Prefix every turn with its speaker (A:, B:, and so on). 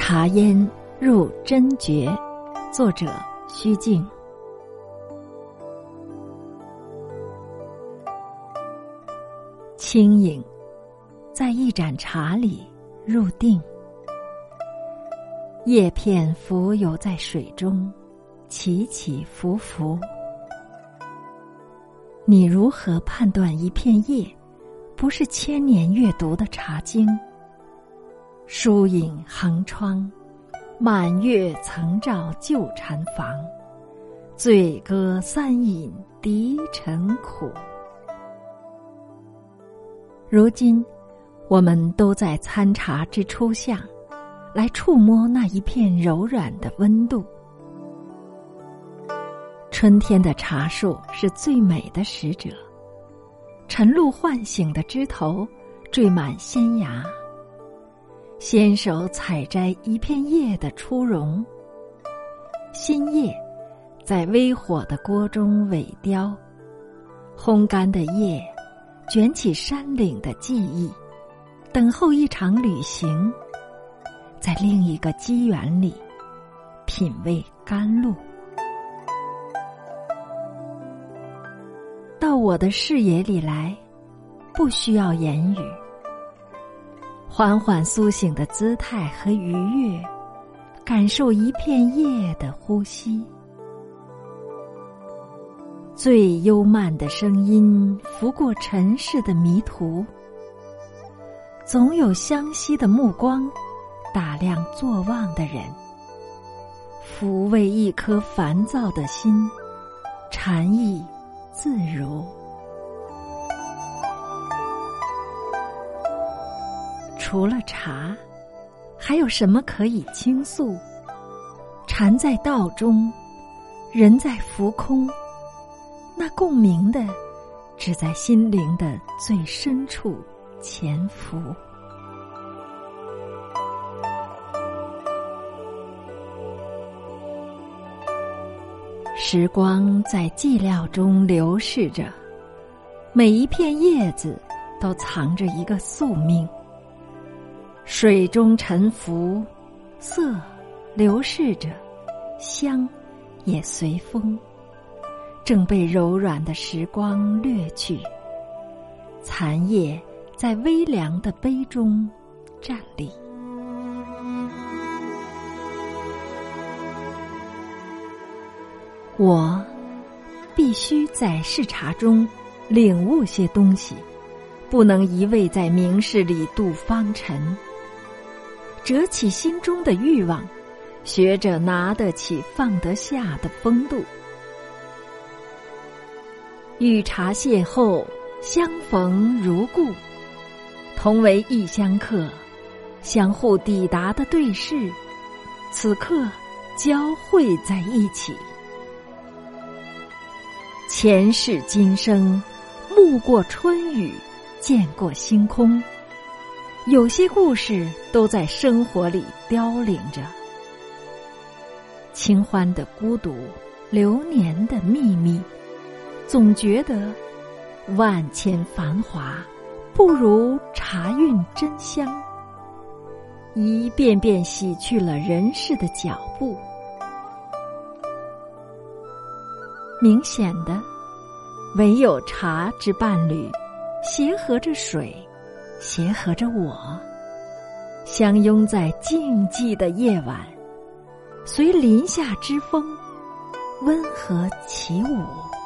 A: 茶烟入真觉，作者虚静。轻盈，在一盏茶里入定，叶片浮游在水中，起起伏伏。你如何判断一片叶不是千年阅读的茶经？疏影横窗，满月曾照旧禅房，醉歌三饮敌尘苦。如今我们都在参茶之初相，来触摸那一片柔软的温度。春天的茶树是最美的使者，晨露唤醒的枝头缀满鲜芽，纤手采摘一片叶的初荣，新叶在微火的锅中萎凋，烘干的叶卷起山岭的记忆，等候一场旅行，在另一个机缘里品味甘露。到我的视野里来，不需要言语，缓缓苏醒的姿态和愉悦，感受一片叶的呼吸。最幽慢的声音拂过尘世的迷途，总有相惜的目光打量坐望的人，抚慰一颗烦躁的心，禅意自如。除了茶，还有什么可以倾诉？禅在道中，人在浮空，那共鸣的只在心灵的最深处潜伏。时光在寂寥中流逝着，每一片叶子都藏着一个宿命。水中沉浮，色流逝着，香也随风，正被柔软的时光掠去。残叶在微凉的杯中站立。我必须在视察中领悟些东西，不能一味在名士里度芳尘。折起心中的欲望，学着拿得起放得下的风度。与茶邂逅，相逢如故，同为异乡客，相互抵达的对视，此刻交汇在一起。前世今生，目过春雨，见过星空，有些故事都在生活里凋零着。清欢的孤独，流年的秘密，总觉得万千繁华不如茶韵真香，一遍遍洗去了人世的脚步。明显的，唯有茶之伴侣，协和着水，协和着我，相拥在静寂的夜晚，随林下之风温和起舞。